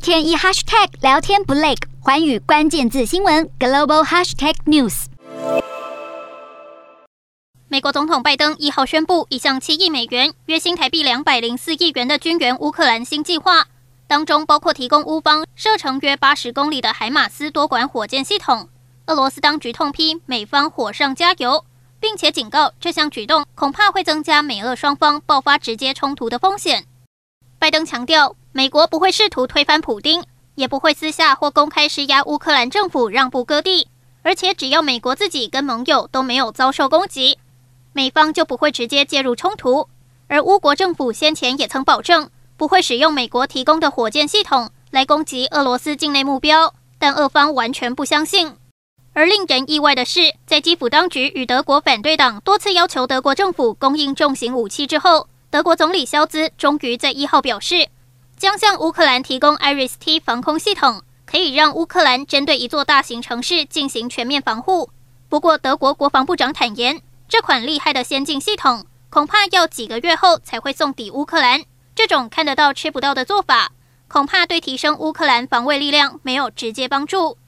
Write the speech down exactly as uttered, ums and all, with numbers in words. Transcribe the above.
天一 hashtag 聊天不累，寰宇关键字新闻 global hashtag news。 美国总统拜登一号宣布一项七亿美元（约新台币两百零四亿元）的军援乌克兰新计划，当中包括提供乌方射程约八十公里的海马斯多管火箭系统。俄罗斯当局痛批美方火上加油，并且警告这项举动恐怕会增加美俄双方爆发直接冲突的风险。拜登强调，美国不会试图推翻普丁，也不会私下或公开施压乌克兰政府让步割地，而且只要美国自己跟盟友都没有遭受攻击，美方就不会直接介入冲突。而乌国政府先前也曾保证不会使用美国提供的火箭系统来攻击俄罗斯境内目标，但俄方完全不相信。而令人意外的是，在基辅当局与德国反对党多次要求德国政府供应重型武器之后，德国总理肖兹终于在一号表示，将向乌克兰提供 Iris-T 防空系统，可以让乌克兰针对一座大型城市进行全面防护。不过，德国国防部长坦言，这款厉害的先进系统恐怕要几个月后才会送抵乌克兰。这种看得到吃不到的做法，恐怕对提升乌克兰防卫力量没有直接帮助。